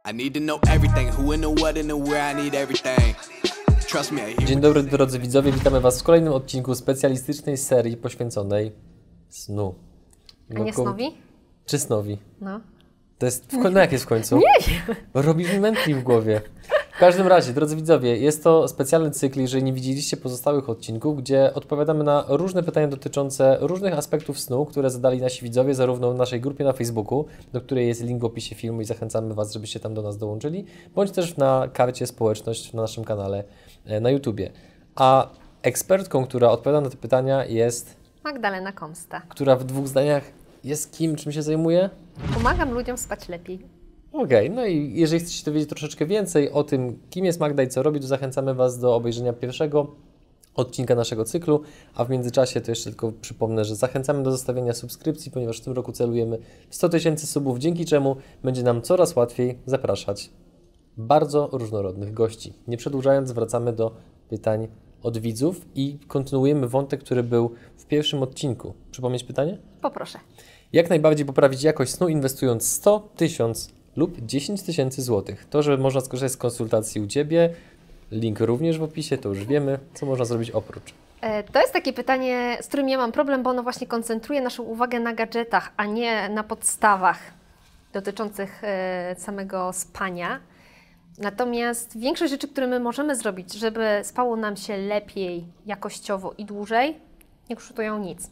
I need to know everything, who and the what and the where, I need everything. Trust me. Dzień dobry drodzy widzowie, witamy Was w kolejnym odcinku specjalistycznej serii poświęconej snu. A nie snowi? Czy snowi? No. To jest, no jak jest w końcu? Nie wiem. Robisz mi mętli w głowie. W każdym razie, drodzy widzowie, jest to specjalny cykl, jeżeli nie widzieliście pozostałych odcinków, gdzie odpowiadamy na różne pytania dotyczące różnych aspektów snu, które zadali nasi widzowie, zarówno w naszej grupie na Facebooku, do której jest link w opisie filmu i zachęcamy Was, żebyście tam do nas dołączyli, bądź też na karcie społeczność na naszym kanale na YouTubie. A ekspertką, która odpowiada na te pytania jest... Magdalena Komsta. Która w 2 zdaniach jest kim, czym się zajmuje? Pomagam ludziom spać lepiej. Okej, no i jeżeli chcecie się dowiedzieć troszeczkę więcej o tym, kim jest Magda i co robi, to zachęcamy Was do obejrzenia pierwszego odcinka naszego cyklu, a w międzyczasie to jeszcze tylko przypomnę, że zachęcamy do zostawienia subskrypcji, ponieważ w tym roku celujemy w 100 000 subów, dzięki czemu będzie nam coraz łatwiej zapraszać bardzo różnorodnych gości. Nie przedłużając, wracamy do pytań od widzów i kontynuujemy wątek, który był w pierwszym odcinku. Przypomnieć pytanie? Poproszę. Jak najbardziej poprawić jakość snu, inwestując 100 000 lub 10 000 złotych. To, że można skorzystać z konsultacji u Ciebie, link również w opisie, to już wiemy, co można zrobić oprócz. To jest takie pytanie, z którym ja mam problem, bo ono właśnie koncentruje naszą uwagę na gadżetach, a nie na podstawach dotyczących samego spania. Natomiast większość rzeczy, które my możemy zrobić, żeby spało nam się lepiej, jakościowo i dłużej, nie kosztują nic.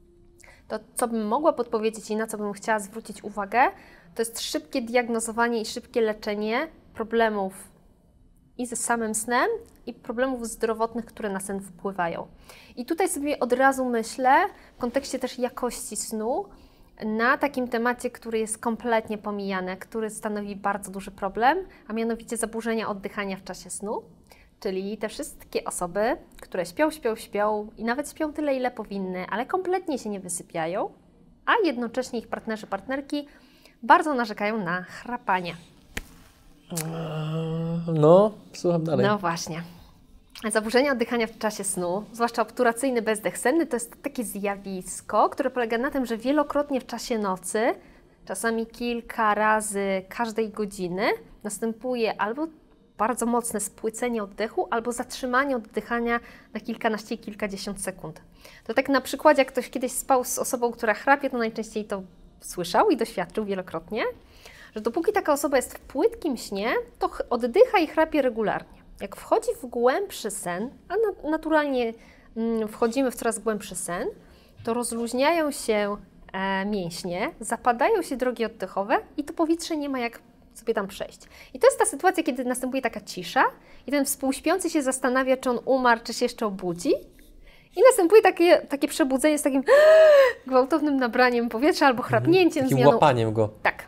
To, co bym mogła podpowiedzieć i na co bym chciała zwrócić uwagę, to jest szybkie diagnozowanie i szybkie leczenie problemów i ze samym snem, i problemów zdrowotnych, które na sen wpływają. I tutaj sobie od razu myślę, w kontekście też jakości snu, na takim temacie, który jest kompletnie pomijany, który stanowi bardzo duży problem, a mianowicie zaburzenia oddychania w czasie snu. Czyli te wszystkie osoby, które śpią i nawet śpią tyle, ile powinny, ale kompletnie się nie wysypiają, a jednocześnie ich partnerzy, partnerki bardzo narzekają na chrapanie. No, słucham dalej. No właśnie. Zaburzenia oddychania w czasie snu, zwłaszcza obturacyjny bezdech senny, to jest takie zjawisko, które polega na tym, że wielokrotnie w czasie nocy, czasami kilka razy każdej godziny, następuje albo bardzo mocne spłycenie oddechu, albo zatrzymanie oddychania na kilkanaście i kilkadziesiąt sekund. To tak na przykładzie, jak ktoś kiedyś spał z osobą, która chrapie, to najczęściej to słyszał i doświadczył wielokrotnie, że dopóki taka osoba jest w płytkim śnie, to oddycha i chrapie regularnie. Jak wchodzi w głębszy sen, a naturalnie wchodzimy w coraz głębszy sen, to rozluźniają się mięśnie, zapadają się drogi oddechowe i to powietrze nie ma jak sobie tam przejść. I to jest ta sytuacja, kiedy następuje taka cisza i ten współśpiący się zastanawia, czy on umarł, czy się jeszcze obudzi. I następuje takie przebudzenie z takim gwałtownym nabraniem powietrza albo chrapnięciem. Takim łapaniem go. Tak.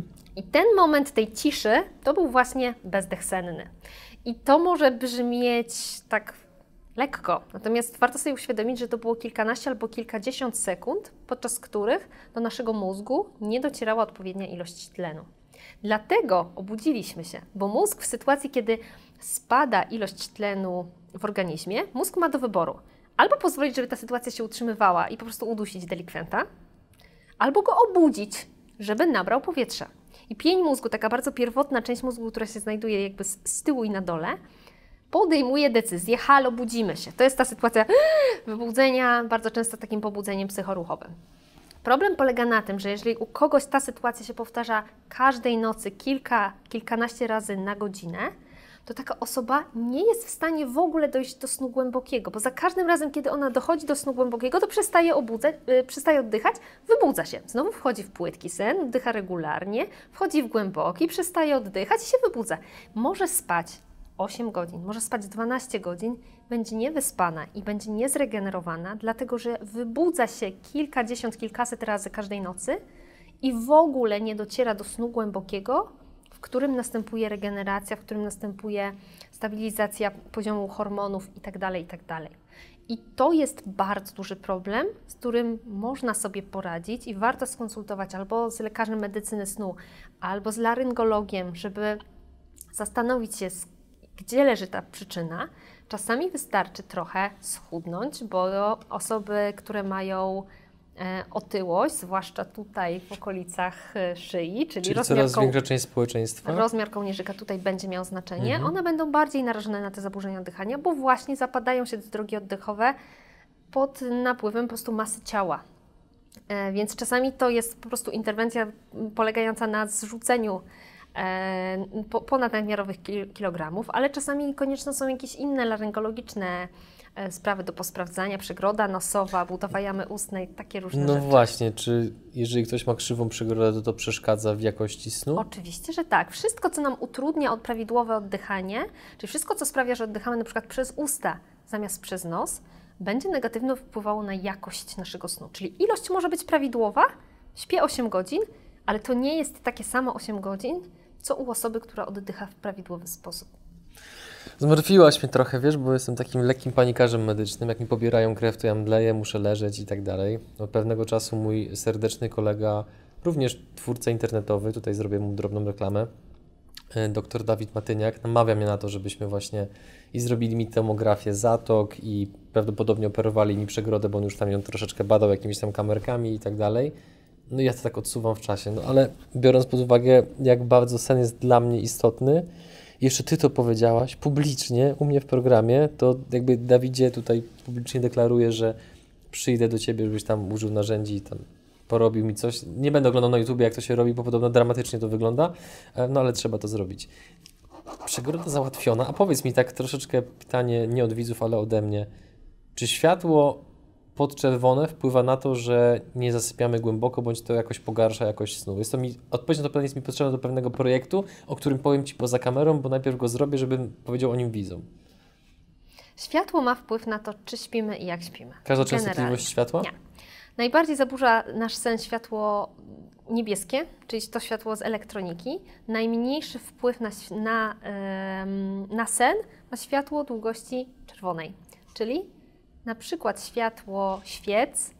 I ten moment tej ciszy to był właśnie bezdech senny. I to może brzmieć tak lekko, natomiast warto sobie uświadomić, że to było kilkanaście albo kilkadziesiąt sekund, podczas których do naszego mózgu nie docierała odpowiednia ilość tlenu. Dlatego obudziliśmy się, bo mózg w sytuacji, kiedy spada ilość tlenu w organizmie, mózg ma do wyboru albo pozwolić, żeby ta sytuacja się utrzymywała i po prostu udusić delikwenta, albo go obudzić, żeby nabrał powietrza. I pień mózgu, taka bardzo pierwotna część mózgu, która się znajduje jakby z tyłu i na dole, podejmuje decyzję, halo, budzimy się. To jest ta sytuacja wybudzenia, bardzo często takim pobudzeniem psychoruchowym. Problem polega na tym, że jeżeli u kogoś ta sytuacja się powtarza każdej nocy kilkanaście razy na godzinę, to taka osoba nie jest w stanie w ogóle dojść do snu głębokiego, bo za każdym razem, kiedy ona dochodzi do snu głębokiego, to przestaje oddychać, wybudza się. Znowu wchodzi w płytki sen, oddycha regularnie, wchodzi w głęboki, przestaje oddychać i się wybudza. Może spać 8 godzin, może spać 12 godzin, będzie niewyspana i będzie niezregenerowana, dlatego że wybudza się kilkadziesiąt, kilkaset razy każdej nocy i w ogóle nie dociera do snu głębokiego, w którym następuje regeneracja, w którym następuje stabilizacja poziomu hormonów itd., itd. I to jest bardzo duży problem, z którym można sobie poradzić i warto skonsultować albo z lekarzem medycyny snu, albo z laryngologiem, żeby zastanowić się, gdzie leży ta przyczyna. Czasami wystarczy trochę schudnąć, bo osoby, które mają otyłość, zwłaszcza tutaj w okolicach szyi, Czyli coraz większa część społeczeństwa. Rozmiar kołnierzyka tutaj będzie miał znaczenie. One będą bardziej narażone na te zaburzenia oddychania, bo właśnie zapadają się drogi oddechowe pod napływem po prostu masy ciała. Więc czasami to jest po prostu interwencja polegająca na zrzuceniu ponadnadmiarowych kilogramów, ale czasami konieczne są jakieś inne laryngologiczne sprawy do posprawdzania, przegroda nosowa, budowa jamy ustnej, takie różne rzeczy. No właśnie, czy jeżeli ktoś ma krzywą przegrodę, to przeszkadza w jakości snu? Oczywiście, że tak. Wszystko, co nam utrudnia prawidłowe oddychanie, czyli wszystko, co sprawia, że oddychamy na przykład przez usta zamiast przez nos, będzie negatywnie wpływało na jakość naszego snu. Czyli ilość może być prawidłowa, śpię 8 godzin, ale to nie jest takie samo 8 godzin, co u osoby, która oddycha w prawidłowy sposób. Zmartwiłaś mnie trochę, wiesz, bo jestem takim lekkim panikarzem medycznym. Jak mi pobierają krew, to ja mdleję, muszę leżeć i tak dalej. Od pewnego czasu mój serdeczny kolega, również twórca internetowy, tutaj zrobię mu drobną reklamę, dr Dawid Matyniak, namawia mnie na to, żebyśmy właśnie i zrobili mi tomografię zatok i prawdopodobnie operowali mi przegrodę, bo on już tam ją troszeczkę badał jakimiś tam kamerkami i tak dalej. No i ja to tak odsuwam w czasie, no ale biorąc pod uwagę, jak bardzo sen jest dla mnie istotny, jeszcze Ty to powiedziałaś publicznie u mnie w programie, to jakby Dawidzie tutaj publicznie deklaruję, że przyjdę do Ciebie, żebyś tam użył narzędzi i tam porobił mi coś. Nie będę oglądał na YouTubie, jak to się robi, bo podobno dramatycznie to wygląda, no ale trzeba to zrobić. Przegroda załatwiona, a powiedz mi tak troszeczkę pytanie nie od widzów, ale ode mnie. Czy światło podczerwone wpływa na to, że nie zasypiamy głęboko, bądź to jakoś pogarsza jakość snu? Odpowiedź na to pytanie jest mi potrzebna do pewnego projektu, o którym powiem Ci poza kamerą, bo najpierw go zrobię, żebym powiedział o nim widzom. Światło ma wpływ na to, czy śpimy i jak śpimy. Każda częstotliwość światła? Nie. Najbardziej zaburza nasz sen światło niebieskie, czyli to światło z elektroniki. Najmniejszy wpływ na sen ma światło długości czerwonej, czyli na przykład światło świec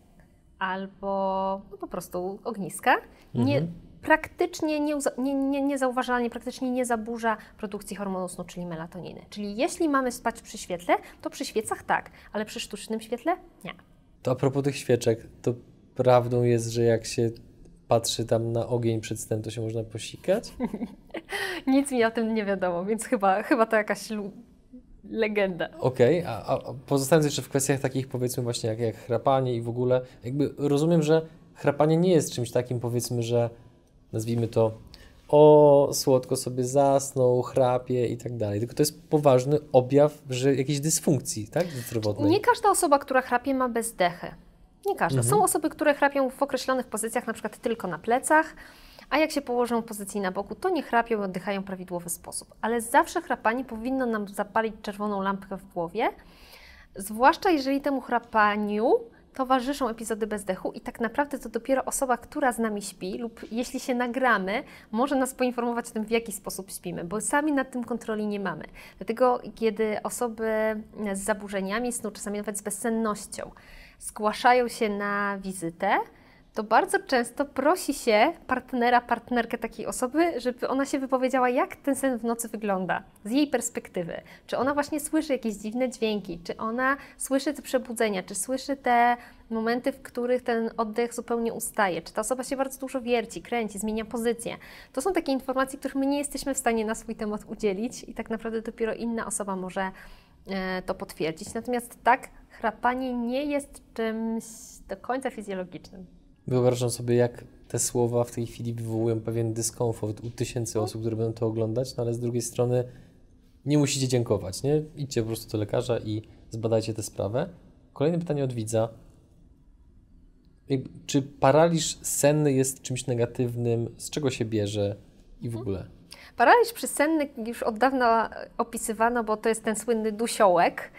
albo po prostu ogniska. Praktycznie niezauważalnie, praktycznie nie zaburza produkcji hormonu snu, czyli melatoniny. Czyli jeśli mamy spać przy świetle, to przy świecach tak, ale przy sztucznym świetle nie. To a propos tych świeczek, to prawdą jest, że jak się patrzy tam na ogień przed snem, to się można posikać? Nic mi o tym nie wiadomo, więc chyba to jakaś legenda. Okej, a pozostając jeszcze w kwestiach takich powiedzmy właśnie jak chrapanie i w ogóle, jakby rozumiem, że chrapanie nie jest czymś takim powiedzmy, że nazwijmy to słodko sobie zasnął, chrapie i tak dalej, tylko to jest poważny objaw, że jakiejś dysfunkcji, tak, zdrowotnej. Nie każda osoba, która chrapie, ma bezdechę. Nie każda. Są osoby, które chrapią w określonych pozycjach, na przykład tylko na plecach, a jak się położą w pozycji na boku, to nie chrapią i oddychają w prawidłowy sposób. Ale zawsze chrapanie powinno nam zapalić czerwoną lampkę w głowie, zwłaszcza jeżeli temu chrapaniu towarzyszą epizody bezdechu i tak naprawdę to dopiero osoba, która z nami śpi lub jeśli się nagramy, może nas poinformować o tym, w jaki sposób śpimy, bo sami nad tym kontroli nie mamy. Dlatego kiedy osoby z zaburzeniami snu, czasami nawet z bezsennością, zgłaszają się na wizytę, to bardzo często prosi się partnerkę takiej osoby, żeby ona się wypowiedziała, jak ten sen w nocy wygląda z jej perspektywy. Czy ona właśnie słyszy jakieś dziwne dźwięki, czy ona słyszy te przebudzenia, czy słyszy te momenty, w których ten oddech zupełnie ustaje, czy ta osoba się bardzo dużo wierci, kręci, zmienia pozycję. To są takie informacje, których my nie jesteśmy w stanie na swój temat udzielić i tak naprawdę dopiero inna osoba może to potwierdzić. Natomiast tak, chrapanie nie jest czymś do końca fizjologicznym. Wyobrażam sobie, jak te słowa w tej chwili wywołują pewien dyskomfort u tysięcy osób, które będą to oglądać, no ale z drugiej strony nie musicie dziękować, nie? Idźcie po prostu do lekarza i zbadajcie tę sprawę. Kolejne pytanie od widza. Czy paraliż senny jest czymś negatywnym? Z czego się bierze i w ogóle? Paraliż przysenny już od dawna opisywano, bo to jest ten słynny dusiołek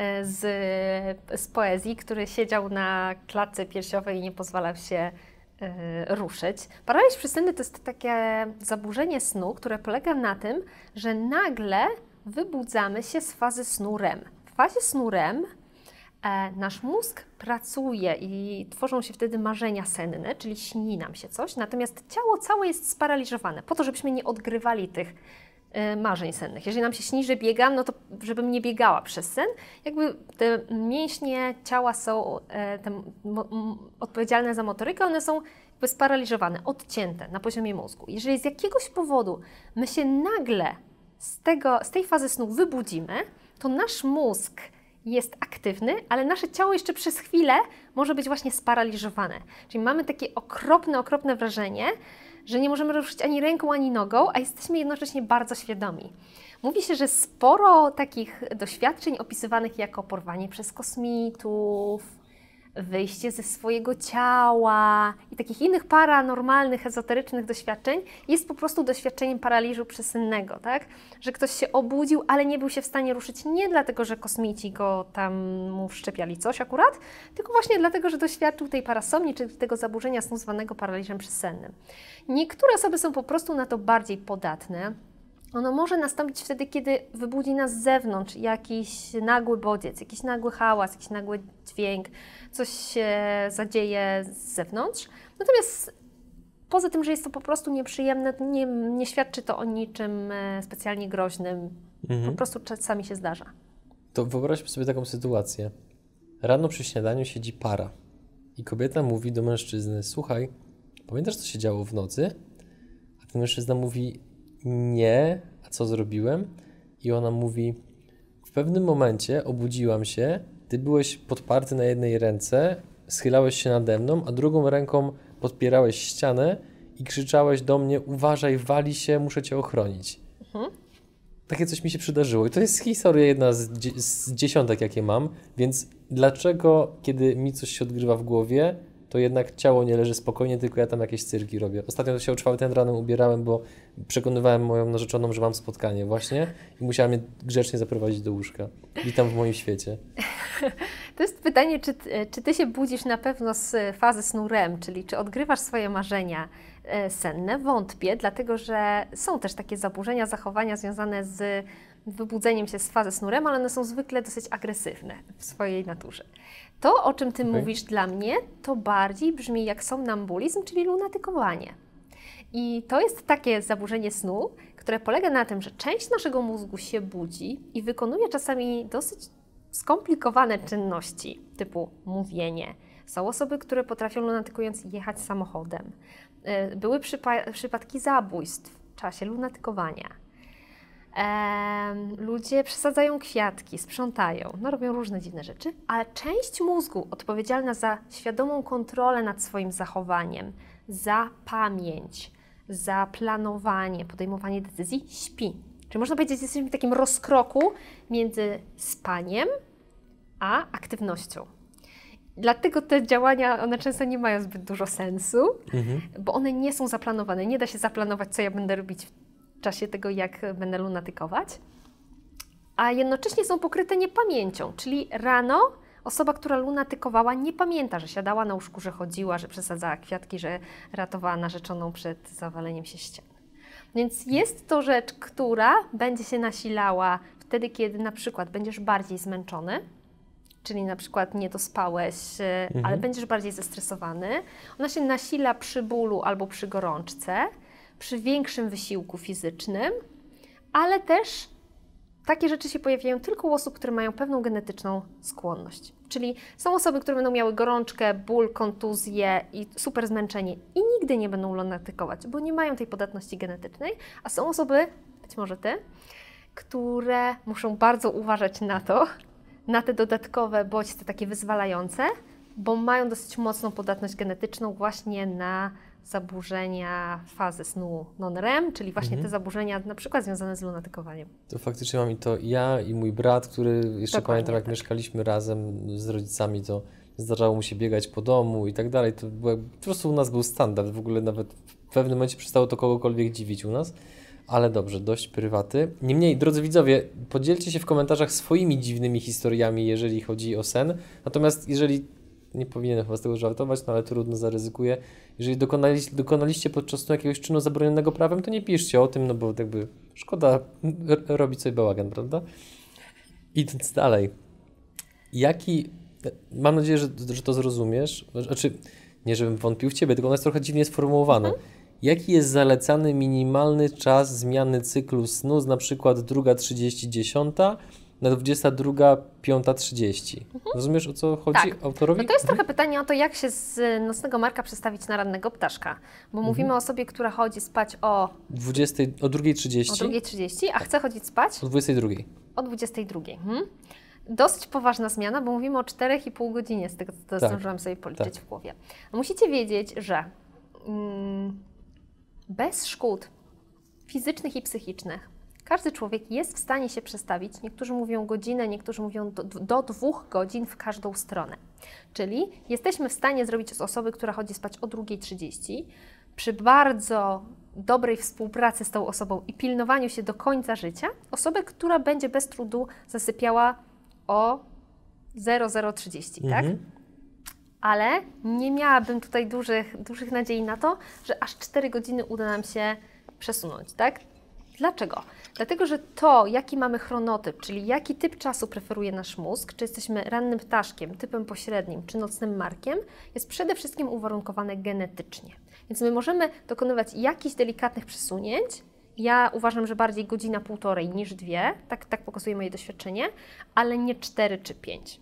z poezji, który siedział na klatce piersiowej i nie pozwalał się ruszyć. Paraliż przysenny to jest takie zaburzenie snu, które polega na tym, że nagle wybudzamy się z fazy snu REM. W fazie snu REM nasz mózg pracuje i tworzą się wtedy marzenia senne, czyli śni nam się coś, natomiast ciało całe jest sparaliżowane po to, żebyśmy nie odgrywali tych marzeń sennych. Jeżeli nam się śni, że biegam, no to żebym nie biegała przez sen. Jakby te mięśnie ciała są odpowiedzialne za motorykę, one są jakby sparaliżowane, odcięte na poziomie mózgu. Jeżeli z jakiegoś powodu my się nagle z tej fazy snu wybudzimy, to nasz mózg jest aktywny, ale nasze ciało jeszcze przez chwilę może być właśnie sparaliżowane. Czyli mamy takie okropne wrażenie, że nie możemy ruszyć ani ręką, ani nogą, a jesteśmy jednocześnie bardzo świadomi. Mówi się, że sporo takich doświadczeń opisywanych jako porwanie przez kosmitów, wyjście ze swojego ciała i takich innych paranormalnych, ezoterycznych doświadczeń jest po prostu doświadczeniem paraliżu przesennego, tak? Że ktoś się obudził, ale nie był się w stanie ruszyć nie dlatego, że kosmici go tam mu wszczepiali coś akurat, tylko właśnie dlatego, że doświadczył tej parasomni, czyli tego zaburzenia snu zwanego paraliżem przesennym. Niektóre osoby są po prostu na to bardziej podatne. Ono może nastąpić wtedy, kiedy wybudzi nas z zewnątrz jakiś nagły bodziec, jakiś nagły hałas, jakiś nagły dźwięk, coś się zadzieje z zewnątrz. Natomiast poza tym, że jest to po prostu nieprzyjemne, to nie świadczy to o niczym specjalnie groźnym. Po prostu czasami się zdarza. To wyobraźmy sobie taką sytuację. Rano przy śniadaniu siedzi para i kobieta mówi do mężczyzny: słuchaj, pamiętasz, co się działo w nocy? A ten mężczyzna mówi: nie, a co zrobiłem? I ona mówi: w pewnym momencie obudziłam się, ty byłeś podparty na jednej ręce, schylałeś się nade mną, a drugą ręką podpierałeś ścianę i krzyczałeś do mnie: uważaj, wali się, muszę cię ochronić. Takie coś mi się przydarzyło i to jest historia jedna z dziesiątek, jakie mam, więc dlaczego, kiedy mi coś się odgrywa w głowie, to jednak ciało nie leży spokojnie, tylko ja tam jakieś cyrki robię. Ostatnio to się o 4 ranem ubierałem, bo przekonywałem moją narzeczoną, że mam spotkanie właśnie i musiała mnie grzecznie zaprowadzić do łóżka. Witam w moim świecie. To jest pytanie, czy ty się budzisz na pewno z fazy snu REM, czyli czy odgrywasz swoje marzenia senne? Wątpię, dlatego że są też takie zaburzenia zachowania związane z wybudzeniem się z fazy snu REM, ale one są zwykle dosyć agresywne w swojej naturze. To, o czym ty mówisz dla mnie, to bardziej brzmi jak somnambulizm, czyli lunatykowanie. I to jest takie zaburzenie snu, które polega na tym, że część naszego mózgu się budzi i wykonuje czasami dosyć skomplikowane czynności, typu mówienie. Są osoby, które potrafią lunatykując jechać samochodem. Były przypadki zabójstw w czasie lunatykowania. Ludzie przesadzają kwiatki, sprzątają, robią różne dziwne rzeczy, ale część mózgu odpowiedzialna za świadomą kontrolę nad swoim zachowaniem, za pamięć, za planowanie, podejmowanie decyzji, śpi. Czyli można powiedzieć, że jesteśmy w takim rozkroku między spaniem a aktywnością. Dlatego te działania, one często nie mają zbyt dużo sensu, bo one nie są zaplanowane. Nie da się zaplanować, co ja będę robić w czasie tego, jak będę lunatykować. A jednocześnie są pokryte niepamięcią, czyli rano osoba, która lunatykowała, nie pamięta, że siadała na łóżku, że chodziła, że przesadzała kwiatki, że ratowała narzeczoną przed zawaleniem się ścian. Więc jest to rzecz, która będzie się nasilała wtedy, kiedy na przykład będziesz bardziej zmęczony, czyli na przykład nie dospałeś, ale będziesz bardziej zestresowany. Ona się nasila przy bólu albo przy gorączce, przy większym wysiłku fizycznym, ale też takie rzeczy się pojawiają tylko u osób, które mają pewną genetyczną skłonność. Czyli są osoby, które będą miały gorączkę, ból, kontuzję i super zmęczenie i nigdy nie będą lunatykować, bo nie mają tej podatności genetycznej, a są osoby, być może ty, które muszą bardzo uważać na te dodatkowe bodźce takie wyzwalające, bo mają dosyć mocną podatność genetyczną właśnie na zaburzenia fazy snu non-REM, czyli właśnie te zaburzenia na przykład związane z lunatykowaniem. To faktycznie mam i to ja i mój brat, który jeszcze Dokładnie pamiętam, jak tak. mieszkaliśmy razem z rodzicami, to zdarzało mu się biegać po domu i tak dalej. To po prostu u nas był standard. W ogóle nawet w pewnym momencie przestało to kogokolwiek dziwić u nas. Ale dobrze, dość prywaty. Niemniej, drodzy widzowie, podzielcie się w komentarzach swoimi dziwnymi historiami, jeżeli chodzi o sen. Natomiast jeżeli, nie powinienem chyba z tego żartować, no ale trudno, zaryzykuję. Jeżeli dokonaliście podczas snu jakiegoś czynu zabronionego prawem, to nie piszcie o tym, no bo jakby szkoda robić sobie bałagan, prawda? Idąc dalej. Mam nadzieję, że to zrozumiesz. Znaczy, nie żebym wątpił w Ciebie, tylko ono jest trochę dziwnie sformułowane. Jaki jest zalecany minimalny czas zmiany cyklu snu z na przykład 2:30, 10 na 22, 5:30? Rozumiesz, o co chodzi Tak. autorowi? No to jest trochę pytanie o to, jak się z nocnego marka przestawić na rannego ptaszka. Bo mówimy o osobie, która chodzi spać o 2:30, 2:30, a chce chodzić spać o 22. o 22. Dosyć poważna zmiana, bo mówimy o 4,5 godzinie, z tego co Tak. zdążyłam sobie policzyć Tak. w głowie. No musicie wiedzieć, że bez szkód fizycznych i psychicznych każdy człowiek jest w stanie się przestawić. Niektórzy mówią godzinę, niektórzy mówią do 2 godzin w każdą stronę. Czyli jesteśmy w stanie zrobić z osoby, która chodzi spać o 2:30, przy bardzo dobrej współpracy z tą osobą i pilnowaniu się do końca życia, osobę, która będzie bez trudu zasypiała o 00:30, tak? Ale nie miałabym tutaj dużych nadziei na to, że aż 4 godziny uda nam się przesunąć, tak? Dlaczego? Dlatego, że to, jaki mamy chronotyp, czyli jaki typ czasu preferuje nasz mózg, czy jesteśmy rannym ptaszkiem, typem pośrednim, czy nocnym markiem, jest przede wszystkim uwarunkowane genetycznie. Więc my możemy dokonywać jakichś delikatnych przesunięć. Ja uważam, że bardziej godzina, półtorej niż 2, tak pokazuje moje doświadczenie, ale nie 4 czy 5.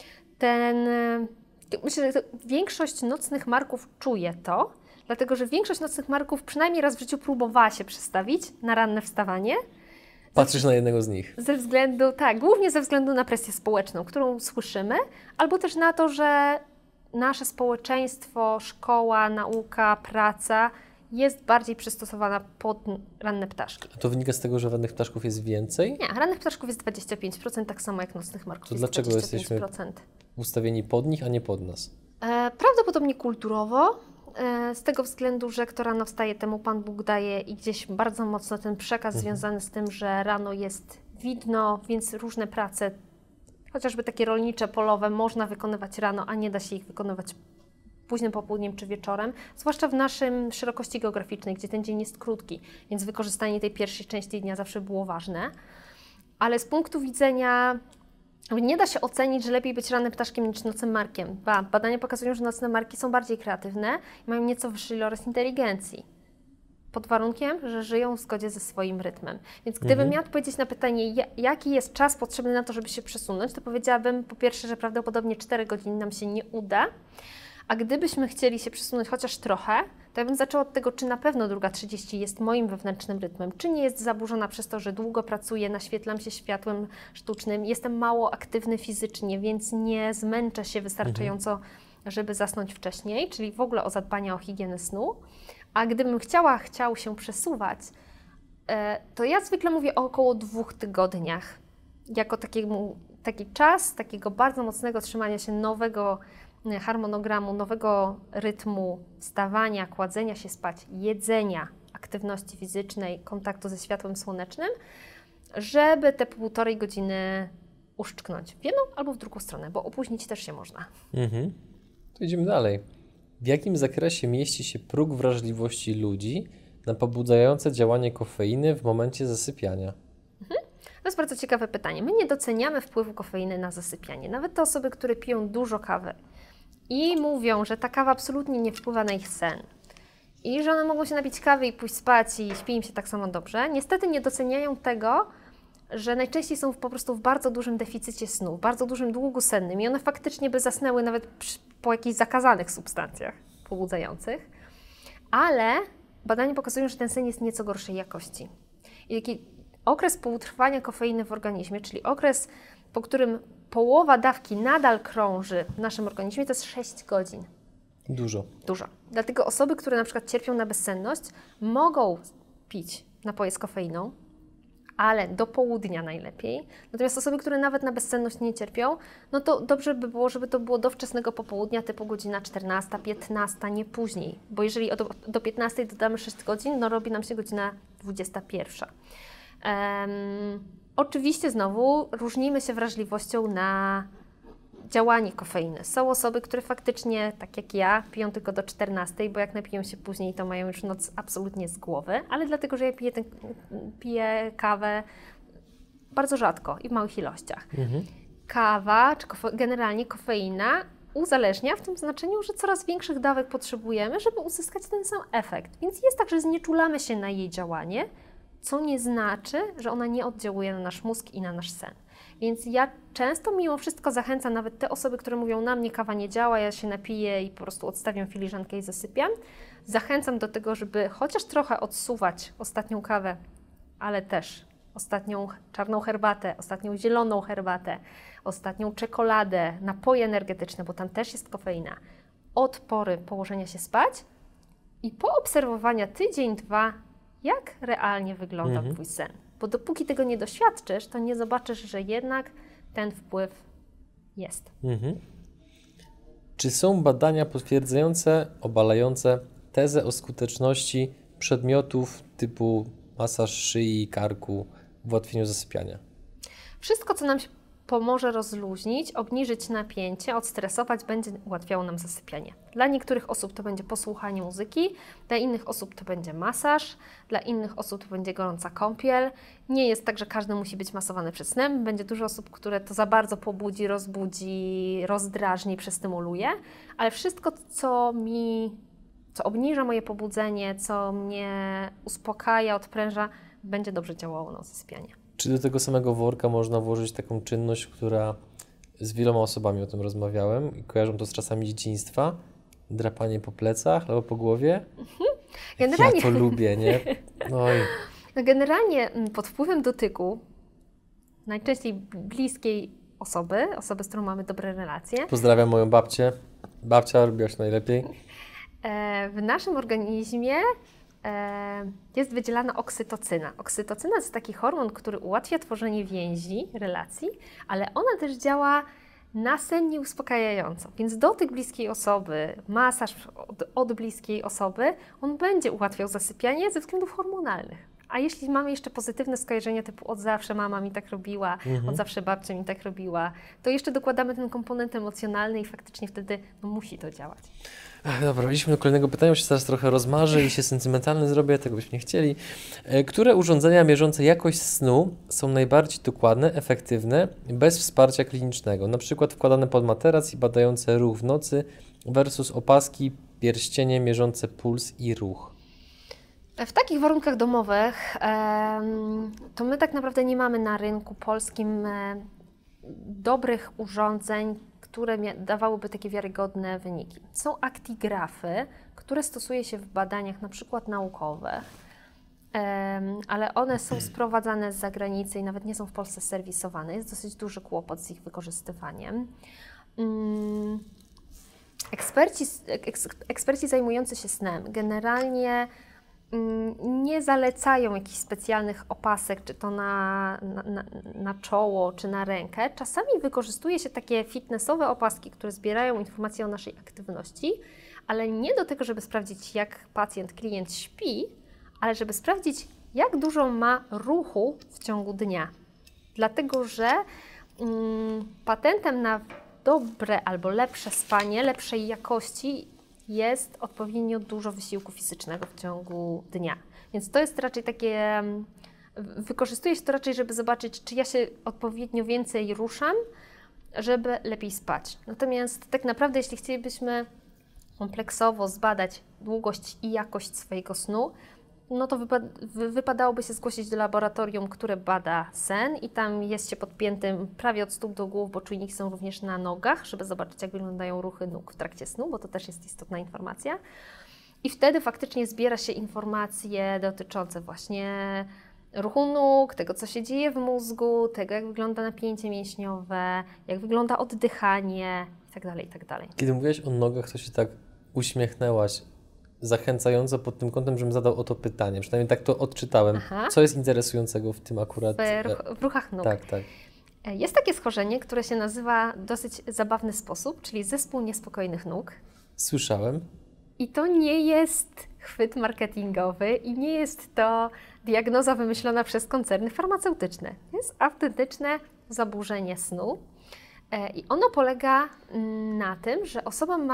Myślę, że większość nocnych marków czuje to, dlatego że większość nocnych marków przynajmniej raz w życiu próbowała się przestawić na ranne wstawanie. Patrzysz na jednego z nich. Głównie ze względu na presję społeczną, którą słyszymy, albo też na to, że nasze społeczeństwo, szkoła, nauka, praca jest bardziej przystosowana pod ranne ptaszki. A to wynika z tego, że rannych ptaszków jest więcej? Nie, rannych ptaszków jest 25%, tak samo jak nocnych marków To jest dlaczego 25%. jesteśmy ustawieni pod nich, a nie pod nas? Prawdopodobnie kulturowo, z tego względu, że kto rano wstaje, temu Pan Bóg daje i gdzieś bardzo mocno ten przekaz związany z tym, że rano jest widno, więc różne prace, chociażby takie rolnicze, polowe, można wykonywać rano, a nie da się ich wykonywać późnym popołudniem czy wieczorem, zwłaszcza w naszym szerokości geograficznej, gdzie ten dzień jest krótki, więc wykorzystanie tej pierwszej części dnia zawsze było ważne. Ale z punktu widzenia nie da się ocenić, że lepiej być rannym ptaszkiem niż nocnym markiem. Badania pokazują, że nocne marki są bardziej kreatywne i mają nieco wyższy ilość inteligencji. Pod warunkiem, że żyją w zgodzie ze swoim rytmem. Więc gdybym miała odpowiedzieć na pytanie, jaki jest czas potrzebny na to, żeby się przesunąć, to powiedziałabym po pierwsze, że prawdopodobnie 4 godziny nam się nie uda. A gdybyśmy chcieli się przesunąć chociaż trochę, to ja bym zaczęła od tego, czy na pewno 2:30 jest moim wewnętrznym rytmem, czy nie jest zaburzona przez to, że długo pracuję, naświetlam się światłem sztucznym, jestem mało aktywny fizycznie, więc nie zmęczę się wystarczająco, żeby zasnąć wcześniej, czyli w ogóle o zadbanie o higienę snu. A gdybym chciał się przesuwać, to ja zwykle mówię o około 2 tygodniach, jako taki czas takiego bardzo mocnego trzymania się nowego harmonogramu, nowego rytmu wstawania, kładzenia się spać, jedzenia, aktywności fizycznej, kontaktu ze światłem słonecznym, żeby te 1,5 godziny uszczknąć w jedną albo w drugą stronę, bo opóźnić też się można. To idziemy dalej. W jakim zakresie mieści się próg wrażliwości ludzi na pobudzające działanie kofeiny w momencie zasypiania? To jest bardzo ciekawe pytanie. My nie doceniamy wpływu kofeiny na zasypianie. Nawet te osoby, które piją dużo kawy i mówią, że ta kawa absolutnie nie wpływa na ich sen i że one mogą się napić kawy i pójść spać i śpi im się tak samo dobrze, niestety nie doceniają tego, że najczęściej są po prostu w bardzo dużym deficycie snu, w bardzo dużym długu sennym i one faktycznie by zasnęły nawet po jakichś zakazanych substancjach pobudzających, ale badania pokazują, że ten sen jest nieco gorszej jakości. I taki okres półtrwania kofeiny w organizmie, czyli okres, po którym połowa dawki nadal krąży w naszym organizmie, to jest 6 godzin. Dużo. Dlatego osoby, które na przykład cierpią na bezsenność, mogą pić napoje z kofeiną, ale do południa najlepiej. Natomiast osoby, które nawet na bezsenność nie cierpią, no to dobrze by było, żeby to było do wczesnego popołudnia, typu godzina 14, 15, nie później. Bo jeżeli do 15 dodamy 6 godzin, no robi nam się godzina 21. Oczywiście znowu różnimy się wrażliwością na działanie kofeiny. Są osoby, które faktycznie, tak jak ja, piją tylko do 14, bo jak napiją się później, to mają już noc absolutnie z głowy, ale dlatego, że ja piję kawę bardzo rzadko i w małych ilościach. Kawa, czy generalnie kofeina uzależnia w tym znaczeniu, że coraz większych dawek potrzebujemy, żeby uzyskać ten sam efekt. Więc jest tak, że znieczulamy się na jej działanie, co nie znaczy, że ona nie oddziałuje na nasz mózg i na nasz sen. Więc ja często mimo wszystko zachęcam nawet te osoby, które mówią, na mnie kawa nie działa, ja się napiję i po prostu odstawiam filiżankę i zasypiam. Zachęcam do tego, żeby chociaż trochę odsuwać ostatnią kawę, ale też ostatnią czarną herbatę, ostatnią zieloną herbatę, ostatnią czekoladę, napoje energetyczne, bo tam też jest kofeina, od pory położenia się spać i poobserwowania tydzień, 2, jak realnie wygląda Twój sen. Bo dopóki tego nie doświadczysz, to nie zobaczysz, że jednak ten wpływ jest. Czy są badania potwierdzające, obalające tezę o skuteczności przedmiotów typu masaż szyi, karku w ułatwieniu zasypiania? Wszystko, co nam się pomoże rozluźnić, obniżyć napięcie, odstresować, będzie ułatwiało nam zasypianie. Dla niektórych osób to będzie posłuchanie muzyki, dla innych osób to będzie masaż, dla innych osób to będzie gorąca kąpiel. Nie jest tak, że każdy musi być masowany przed snem. Będzie dużo osób, które to za bardzo pobudzi, rozbudzi, rozdrażni, przestymuluje, ale wszystko, co obniża moje pobudzenie, co mnie uspokaja, odpręża, będzie dobrze działało na zasypianie. Czy do tego samego worka można włożyć taką czynność, która z wieloma osobami o tym rozmawiałem i kojarzą to z czasami dzieciństwa? Drapanie po plecach albo po głowie? Generalnie, ja to lubię, nie? Oj. No generalnie pod wpływem dotyku, najczęściej bliskiej osoby, z którą mamy dobre relacje. Pozdrawiam moją babcię. Babcia, robiłaś najlepiej. W naszym organizmie jest wydzielana oksytocyna. Oksytocyna to jest taki hormon, który ułatwia tworzenie więzi, relacji, ale ona też działa nasennie uspokajająco. Więc dotyk bliskiej osoby, masaż od bliskiej osoby, on będzie ułatwiał zasypianie ze względów hormonalnych. A jeśli mamy jeszcze pozytywne skojarzenia typu od zawsze mama mi tak robiła, od zawsze babcia mi tak robiła, to jeszcze dokładamy ten komponent emocjonalny i faktycznie wtedy musi to działać. Dobra, idźmy do kolejnego pytania, już się zaraz trochę rozmarzę i się sentymentalny zrobię, tego byśmy nie chcieli. Które urządzenia mierzące jakość snu są najbardziej dokładne, efektywne, bez wsparcia klinicznego? Na przykład wkładane pod materac i badające ruch w nocy versus opaski, pierścienie mierzące puls i ruch. W takich warunkach domowych to my tak naprawdę nie mamy na rynku polskim dobrych urządzeń, które dawałyby takie wiarygodne wyniki. Są aktigrafy, które stosuje się w badaniach na przykład naukowych, ale one są sprowadzane z zagranicy i nawet nie są w Polsce serwisowane. Jest dosyć duży kłopot z ich wykorzystywaniem. Eksperci zajmujący się snem generalnie nie zalecają jakichś specjalnych opasek, czy to na czoło, czy na rękę. Czasami wykorzystuje się takie fitnessowe opaski, które zbierają informacje o naszej aktywności, ale nie do tego, żeby sprawdzić, jak klient śpi, ale żeby sprawdzić, jak dużo ma ruchu w ciągu dnia. Dlatego, że patentem na dobre albo lepsze spanie, lepszej jakości jest odpowiednio dużo wysiłku fizycznego w ciągu dnia. Więc to jest raczej takie, wykorzystuje się to raczej, żeby zobaczyć, czy ja się odpowiednio więcej ruszam, żeby lepiej spać. Natomiast tak naprawdę, jeśli chcielibyśmy kompleksowo zbadać długość i jakość swojego snu, no to wypadałoby się zgłosić do laboratorium, które bada sen i tam jest się podpiętym prawie od stóp do głów, bo czujniki są również na nogach, żeby zobaczyć, jak wyglądają ruchy nóg w trakcie snu, bo to też jest istotna informacja. I wtedy faktycznie zbiera się informacje dotyczące właśnie ruchu nóg, tego, co się dzieje w mózgu, tego, jak wygląda napięcie mięśniowe, jak wygląda oddychanie itd., itd. Kiedy mówiłaś o nogach, to się tak uśmiechnęłaś zachęcająco pod tym kątem, żebym zadał o to pytanie. Przynajmniej tak to odczytałem. Aha. Co jest interesującego w tym akurat? W ruchach nóg. Tak. Jest takie schorzenie, które się nazywa w dosyć zabawny sposób, czyli zespół niespokojnych nóg. Słyszałem. I to nie jest chwyt marketingowy i nie jest to diagnoza wymyślona przez koncerny farmaceutyczne. Jest autentyczne zaburzenie snu i ono polega na tym, że osoba ma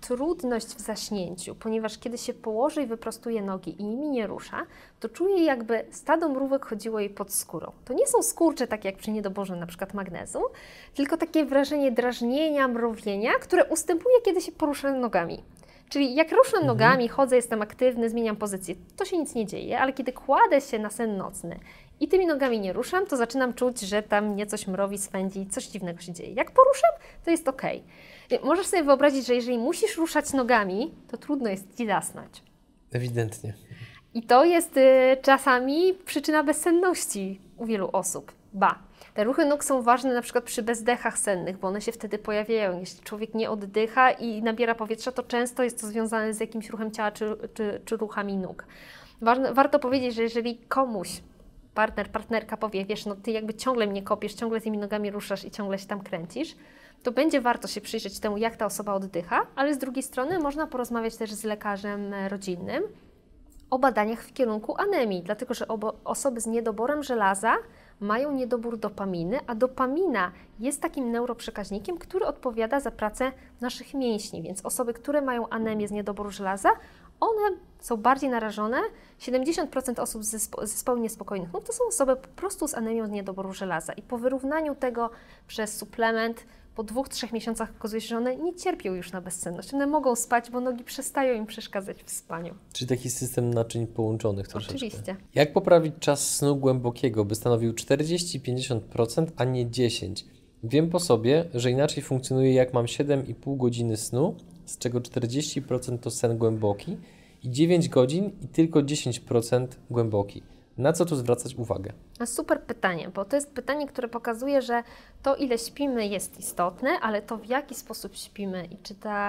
trudność w zaśnięciu, ponieważ kiedy się położy i wyprostuje nogi i nimi nie rusza, to czuje, jakby stado mrówek chodziło jej pod skórą. To nie są skurcze takie jak przy niedoborze na przykład magnezu, tylko takie wrażenie drażnienia, mrowienia, które ustępuje, kiedy się porusza nogami. Czyli jak ruszam nogami, chodzę, jestem aktywny, zmieniam pozycję, to się nic nie dzieje, ale kiedy kładę się na sen nocny i tymi nogami nie ruszam, to zaczynam czuć, że tam mnie coś mrowi, swędzi, coś dziwnego się dzieje. Jak poruszam, to jest ok. Możesz sobie wyobrazić, że jeżeli musisz ruszać nogami, to trudno jest Ci zasnąć. Ewidentnie. I to jest czasami przyczyna bezsenności u wielu osób. Te ruchy nóg są ważne na przykład przy bezdechach sennych, bo one się wtedy pojawiają. Jeśli człowiek nie oddycha i nabiera powietrza, to często jest to związane z jakimś ruchem ciała czy ruchami nóg. Warto powiedzieć, że jeżeli komuś partnerka powie, wiesz, no ty jakby ciągle mnie kopiesz, ciągle tymi nogami ruszasz i ciągle się tam kręcisz, to będzie warto się przyjrzeć temu, jak ta osoba oddycha, ale z drugiej strony można porozmawiać też z lekarzem rodzinnym o badaniach w kierunku anemii, dlatego że osoby z niedoborem żelaza mają niedobór dopaminy, a dopamina jest takim neuroprzekaźnikiem, który odpowiada za pracę naszych mięśni, więc osoby, które mają anemię z niedoboru żelaza, one są bardziej narażone. 70% osób z zespołu niespokojnych nóg to są osoby po prostu z anemią z niedoboru żelaza i po wyrównaniu tego przez suplement po 2-3 miesiącach okazuje się, że one nie cierpią już na bezsenność. One mogą spać, bo nogi przestają im przeszkadzać w spaniu. Czyli taki system naczyń połączonych troszeczkę. Oczywiście. Jak poprawić czas snu głębokiego, by stanowił 40-50%, a nie 10%? Wiem po sobie, że inaczej funkcjonuje, jak mam 7,5 godziny snu, z czego 40% to sen głęboki i 9 godzin i tylko 10% głęboki. Na co tu zwracać uwagę? Super pytanie, bo to jest pytanie, które pokazuje, że to, ile śpimy, jest istotne, ale to, w jaki sposób śpimy i czy ta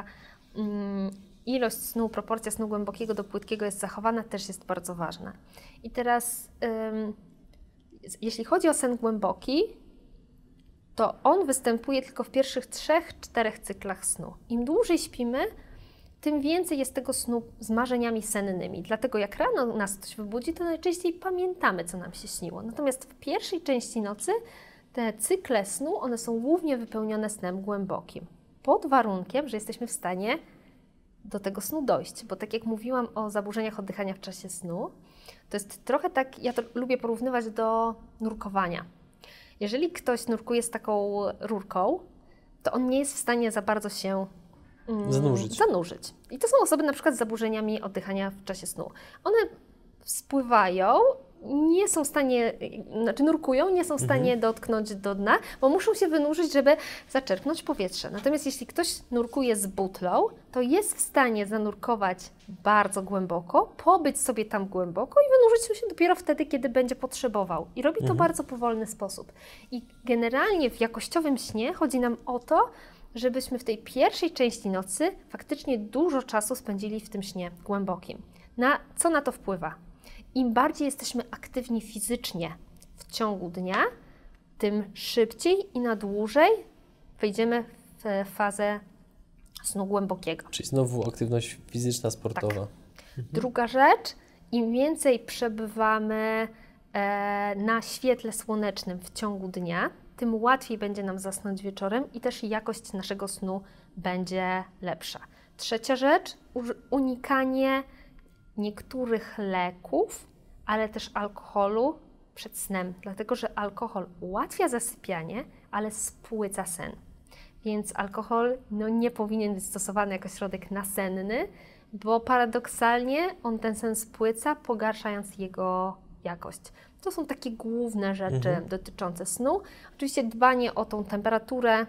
ilość snu, proporcja snu głębokiego do płytkiego jest zachowana, też jest bardzo ważna. I teraz, jeśli chodzi o sen głęboki, to on występuje tylko w pierwszych 3-4 cyklach snu. Im dłużej śpimy, tym więcej jest tego snu z marzeniami sennymi. Dlatego jak rano nas coś wybudzi, to najczęściej pamiętamy, co nam się śniło. Natomiast w pierwszej części nocy te cykle snu, one są głównie wypełnione snem głębokim. Pod warunkiem, że jesteśmy w stanie do tego snu dojść. Bo tak jak mówiłam o zaburzeniach oddychania w czasie snu, to jest trochę tak, ja to lubię porównywać do nurkowania. Jeżeli ktoś nurkuje z taką rurką, to on nie jest w stanie za bardzo się zanurzyć. I to są osoby na przykład z zaburzeniami oddychania w czasie snu. One spływają, nie są w stanie, nurkują, nie są w stanie dotknąć do dna, bo muszą się wynurzyć, żeby zaczerpnąć powietrze. Natomiast jeśli ktoś nurkuje z butlą, to jest w stanie zanurkować bardzo głęboko, pobyć sobie tam głęboko i wynurzyć się dopiero wtedy, kiedy będzie potrzebował. I robi to w bardzo powolny sposób. I generalnie w jakościowym śnie chodzi nam o to, żebyśmy w tej pierwszej części nocy faktycznie dużo czasu spędzili w tym śnie głębokim. Co na to wpływa? Im bardziej jesteśmy aktywni fizycznie w ciągu dnia, tym szybciej i na dłużej wejdziemy w fazę snu głębokiego. Czyli znowu aktywność fizyczna, sportowa. Tak. Druga rzecz, im więcej przebywamy na świetle słonecznym w ciągu dnia, tym łatwiej będzie nam zasnąć wieczorem i też jakość naszego snu będzie lepsza. Trzecia rzecz, unikanie niektórych leków, ale też alkoholu przed snem, dlatego że alkohol ułatwia zasypianie, ale spłyca sen. Więc alkohol nie powinien być stosowany jako środek nasenny, bo paradoksalnie on ten sen spłyca, pogarszając jego jakość. To są takie główne rzeczy dotyczące snu. Oczywiście dbanie o tą temperaturę,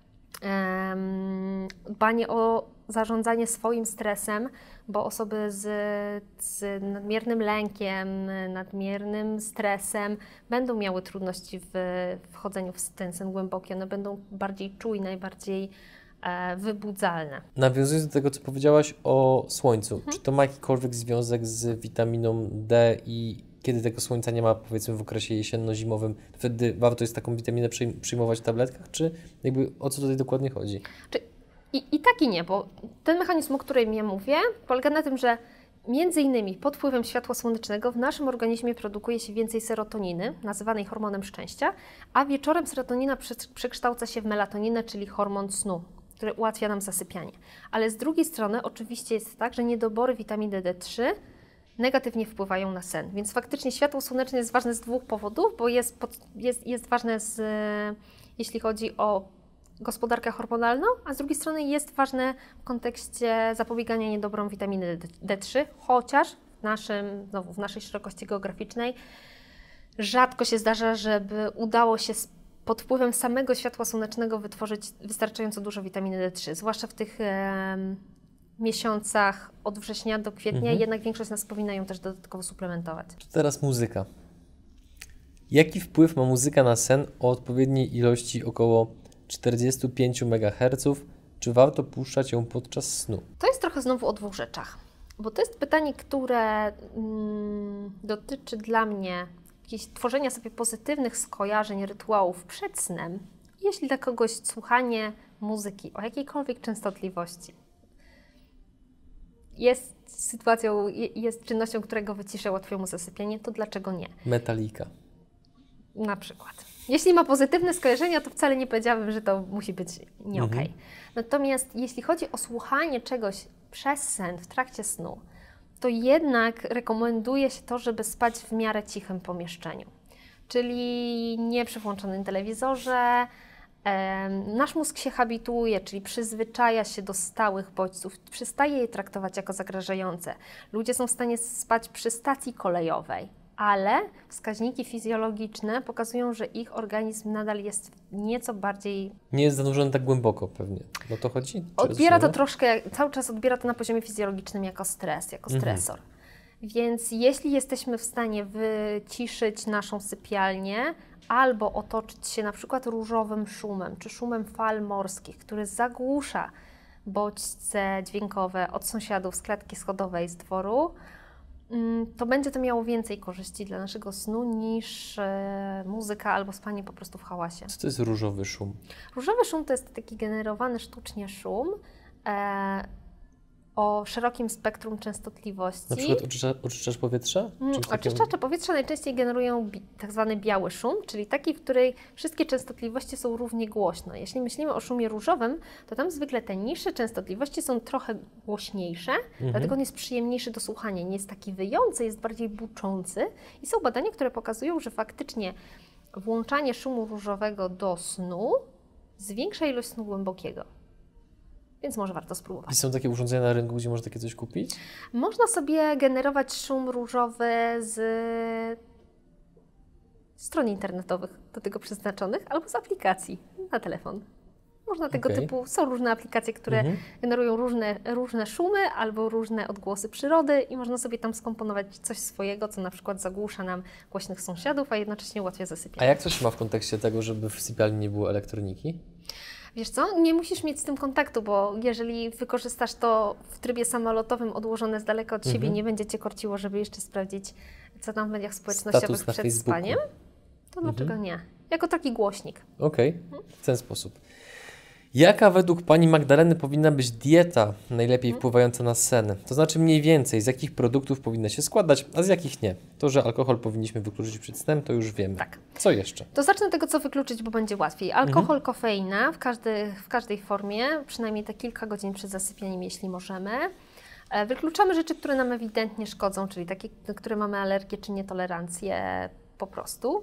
dbanie o zarządzanie swoim stresem, bo osoby z nadmiernym lękiem, nadmiernym stresem będą miały trudności w wchodzeniu w ten sen głęboki. One będą bardziej czujne i bardziej wybudzalne. Nawiązując do tego, co powiedziałaś o słońcu, czy to ma jakikolwiek związek z witaminą D i kiedy tego słońca nie ma, powiedzmy w okresie jesienno-zimowym, wtedy warto jest taką witaminę przyjmować w tabletkach, czy jakby o co tutaj dokładnie chodzi? I tak i nie, bo ten mechanizm, o którym ja mówię, polega na tym, że między innymi pod wpływem światła słonecznego w naszym organizmie produkuje się więcej serotoniny, nazywanej hormonem szczęścia, a wieczorem serotonina przekształca się w melatoninę, czyli hormon snu. które ułatwia nam zasypianie. Ale z drugiej strony oczywiście jest tak, że niedobory witaminy D3 negatywnie wpływają na sen. Więc faktycznie światło słoneczne jest ważne z dwóch powodów, bo jest ważne jeśli chodzi o gospodarkę hormonalną, a z drugiej strony jest ważne w kontekście zapobiegania niedobrom witaminy D3, chociaż w naszej szerokości geograficznej rzadko się zdarza, żeby udało się pod wpływem samego światła słonecznego wytworzyć wystarczająco dużo witaminy D3, zwłaszcza w tych miesiącach od września do kwietnia, jednak większość z nas powinna ją też dodatkowo suplementować. To teraz muzyka. Jaki wpływ ma muzyka na sen o odpowiedniej ilości około 45 MHz? Czy warto puszczać ją podczas snu? To jest trochę znowu o dwóch rzeczach, bo to jest pytanie, które dotyczy dla mnie jakiegoś tworzenia sobie pozytywnych skojarzeń, rytuałów przed snem. Jeśli dla kogoś słuchanie muzyki o jakiejkolwiek częstotliwości jest sytuacją, jest czynnością, którego wyciszę, ułatwia mu zasypianie, to dlaczego nie? Metallica. Na przykład. Jeśli ma pozytywne skojarzenia, to wcale nie powiedziałabym, że to musi być nie okej. Natomiast jeśli chodzi o słuchanie czegoś przez sen, w trakcie snu, to jednak rekomenduje się to, żeby spać w miarę cichym pomieszczeniu. Czyli nie przy włączonym telewizorze. Nasz mózg się habituuje, czyli przyzwyczaja się do stałych bodźców, przestaje je traktować jako zagrażające. Ludzie są w stanie spać przy stacji kolejowej, ale wskaźniki fizjologiczne pokazują, że ich organizm nadal jest nieco bardziej... Nie jest zanurzony tak głęboko pewnie. O to chodzi? Odbiera to troszkę, cały czas odbiera to na poziomie fizjologicznym jako stres, jako stresor. Więc jeśli jesteśmy w stanie wyciszyć naszą sypialnię albo otoczyć się na przykład różowym szumem czy szumem fal morskich, który zagłusza bodźce dźwiękowe od sąsiadów z klatki schodowej z dworu, to będzie to miało więcej korzyści dla naszego snu niż muzyka albo spanie po prostu w hałasie. Co to jest różowy szum? Różowy szum to jest taki generowany sztucznie szum o szerokim spektrum częstotliwości. Na przykład oczyszczasz powietrze? Oczyszczacze powietrza najczęściej generują tak zwany biały szum, czyli taki, w której wszystkie częstotliwości są równie głośno. Jeśli myślimy o szumie różowym, to tam zwykle te niższe częstotliwości są trochę głośniejsze, dlatego on jest przyjemniejszy do słuchania. Nie jest taki wyjący, jest bardziej buczący. I są badania, które pokazują, że faktycznie włączanie szumu różowego do snu zwiększa ilość snu głębokiego. Więc może warto spróbować. I są takie urządzenia na rynku, gdzie można takie coś kupić? Można sobie generować szum różowy z stron internetowych do tego przeznaczonych albo z aplikacji na telefon. Można tego typu, są różne aplikacje, które generują różne szumy albo różne odgłosy przyrody i można sobie tam skomponować coś swojego, co na przykład zagłusza nam głośnych sąsiadów, a jednocześnie ułatwia zasypianie. A jak to się ma w kontekście tego, żeby w sypialni nie było elektroniki? Wiesz co, nie musisz mieć z tym kontaktu, bo jeżeli wykorzystasz to w trybie samolotowym odłożone z daleka od siebie, nie będzie Cię korciło, żeby jeszcze sprawdzić, co tam w mediach społecznościowych przed spaniem, to dlaczego nie? Jako taki głośnik. Okej, w ten sposób. Jaka według Pani Magdaleny powinna być dieta najlepiej wpływająca na sen? To znaczy mniej więcej, z jakich produktów powinna się składać, a z jakich nie? To, że alkohol powinniśmy wykluczyć przed snem, to już wiemy. Tak. Co jeszcze? To zacznę od tego, co wykluczyć, bo będzie łatwiej. Alkohol, kofeina w każdej formie, przynajmniej te kilka godzin przed zasypianiem, jeśli możemy. Wykluczamy rzeczy, które nam ewidentnie szkodzą, czyli takie, na które mamy alergię czy nietolerancję po prostu.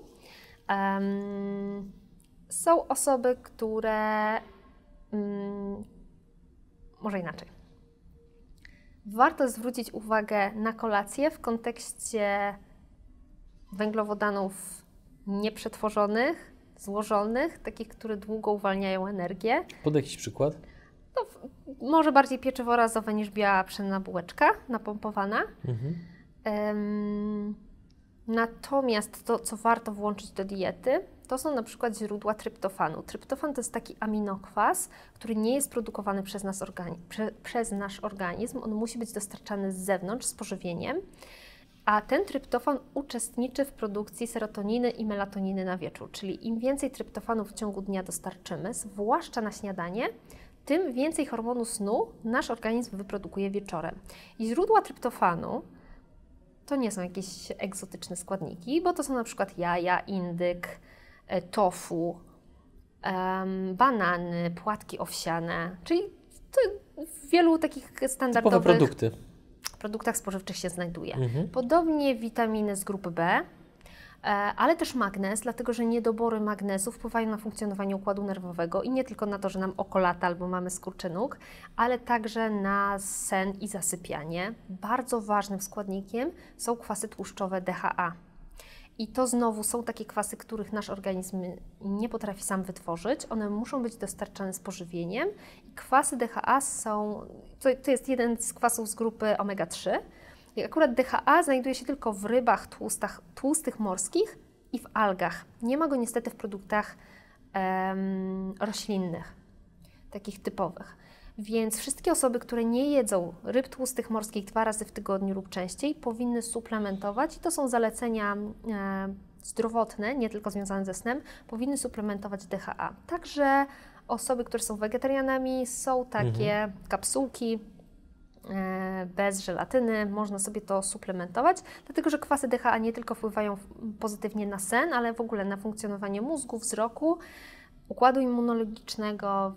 Są osoby, które... może inaczej. Warto zwrócić uwagę na kolację w kontekście węglowodanów nieprzetworzonych, złożonych, takich, które długo uwalniają energię. Podaj jakiś przykład. No, może bardziej pieczywo razowe niż biała pszenna bułeczka napompowana. Natomiast to, co warto włączyć do diety, to są na przykład źródła tryptofanu. Tryptofan to jest taki aminokwas, który nie jest produkowany przez nasz organizm. On musi być dostarczany z zewnątrz, z pożywieniem. A ten tryptofan uczestniczy w produkcji serotoniny i melatoniny na wieczór. Czyli im więcej tryptofanu w ciągu dnia dostarczymy, zwłaszcza na śniadanie, tym więcej hormonu snu nasz organizm wyprodukuje wieczorem. I źródła tryptofanu to nie są jakieś egzotyczne składniki, bo to są na przykład jaja, indyk, tofu, banany, płatki owsiane, czyli to w wielu takich standardowych produkty. Produktach spożywczych się znajduje. Podobnie witaminy z grupy B, ale też magnez, dlatego że niedobory magnezu wpływają na funkcjonowanie układu nerwowego i nie tylko na to, że nam oko lata albo mamy skurczy nóg, ale także na sen i zasypianie. Bardzo ważnym składnikiem są kwasy tłuszczowe DHA. I to znowu są takie kwasy, których nasz organizm nie potrafi sam wytworzyć. One muszą być dostarczane z pożywieniem. I kwasy DHA to jest jeden z kwasów z grupy omega-3. I akurat DHA znajduje się tylko w rybach tłustych morskich i w algach. Nie ma go niestety w produktach roślinnych, takich typowych. Więc wszystkie osoby, które nie jedzą ryb tłustych morskich 2 razy w tygodniu lub częściej, powinny suplementować, i to są zalecenia zdrowotne, nie tylko związane ze snem, powinny suplementować DHA. Także osoby, które są wegetarianami, są takie kapsułki bez żelatyny, można sobie to suplementować, dlatego że kwasy DHA nie tylko wpływają pozytywnie na sen, ale w ogóle na funkcjonowanie mózgu, wzroku, układu immunologicznego,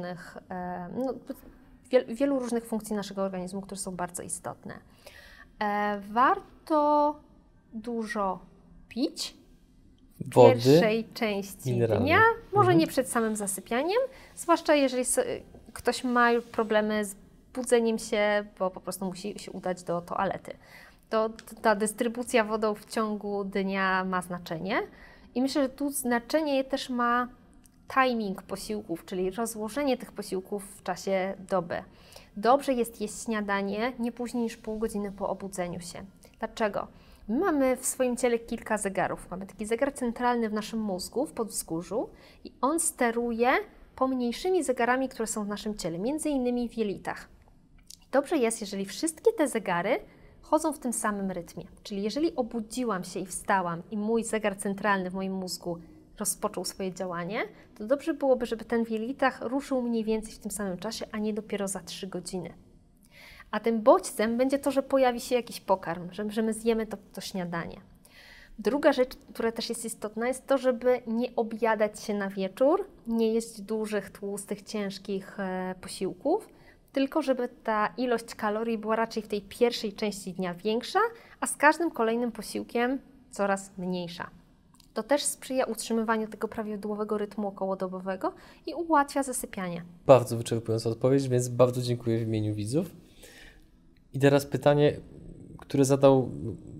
wielu różnych funkcji naszego organizmu, które są bardzo istotne. Warto dużo pić w pierwszej części dnia, może nie przed samym zasypianiem, zwłaszcza jeżeli ktoś ma problemy z budzeniem się, bo po prostu musi się udać do toalety. To ta dystrybucja wodą w ciągu dnia ma znaczenie i myślę, że tu znaczenie też ma timing posiłków, czyli rozłożenie tych posiłków w czasie doby. Dobrze jest jeść śniadanie nie później niż pół godziny po obudzeniu się. Dlaczego? My mamy w swoim ciele kilka zegarów. Mamy taki zegar centralny w naszym mózgu, w podwzgórzu, i on steruje pomniejszymi zegarami, które są w naszym ciele, między innymi w jelitach. Dobrze jest, jeżeli wszystkie te zegary chodzą w tym samym rytmie. Czyli jeżeli obudziłam się i wstałam i mój zegar centralny w moim mózgu rozpoczął swoje działanie, to dobrze byłoby, żeby ten w jelitach ruszył mniej więcej w tym samym czasie, a nie dopiero za 3 godziny. A tym bodźcem będzie to, że pojawi się jakiś pokarm, że my zjemy to śniadanie. Druga rzecz, która też jest istotna, jest to, żeby nie objadać się na wieczór, nie jeść dużych, tłustych, ciężkich posiłków, tylko żeby ta ilość kalorii była raczej w tej pierwszej części dnia większa, a z każdym kolejnym posiłkiem coraz mniejsza. To też sprzyja utrzymywaniu tego prawidłowego rytmu okołodobowego i ułatwia zasypianie. Bardzo wyczerpująca odpowiedź, więc bardzo dziękuję w imieniu widzów. I teraz pytanie, które zadał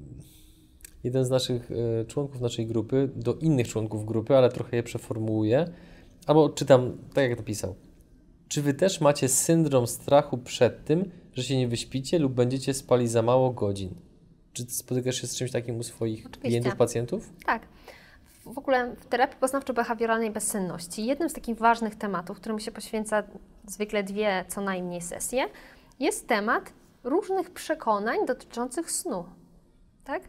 jeden z naszych członków naszej grupy do innych członków grupy, ale trochę je przeformułuję, albo czytam tak, jak napisał. Czy wy też macie syndrom strachu przed tym, że się nie wyśpicie lub będziecie spali za mało godzin? Czy spotykasz się z czymś takim u swoich klientów, pacjentów? Tak. W ogóle w terapii poznawczo-behawioralnej bezsenności jednym z takich ważnych tematów, którym się poświęca zwykle 2 co najmniej sesje, jest temat różnych przekonań dotyczących snu. Tak?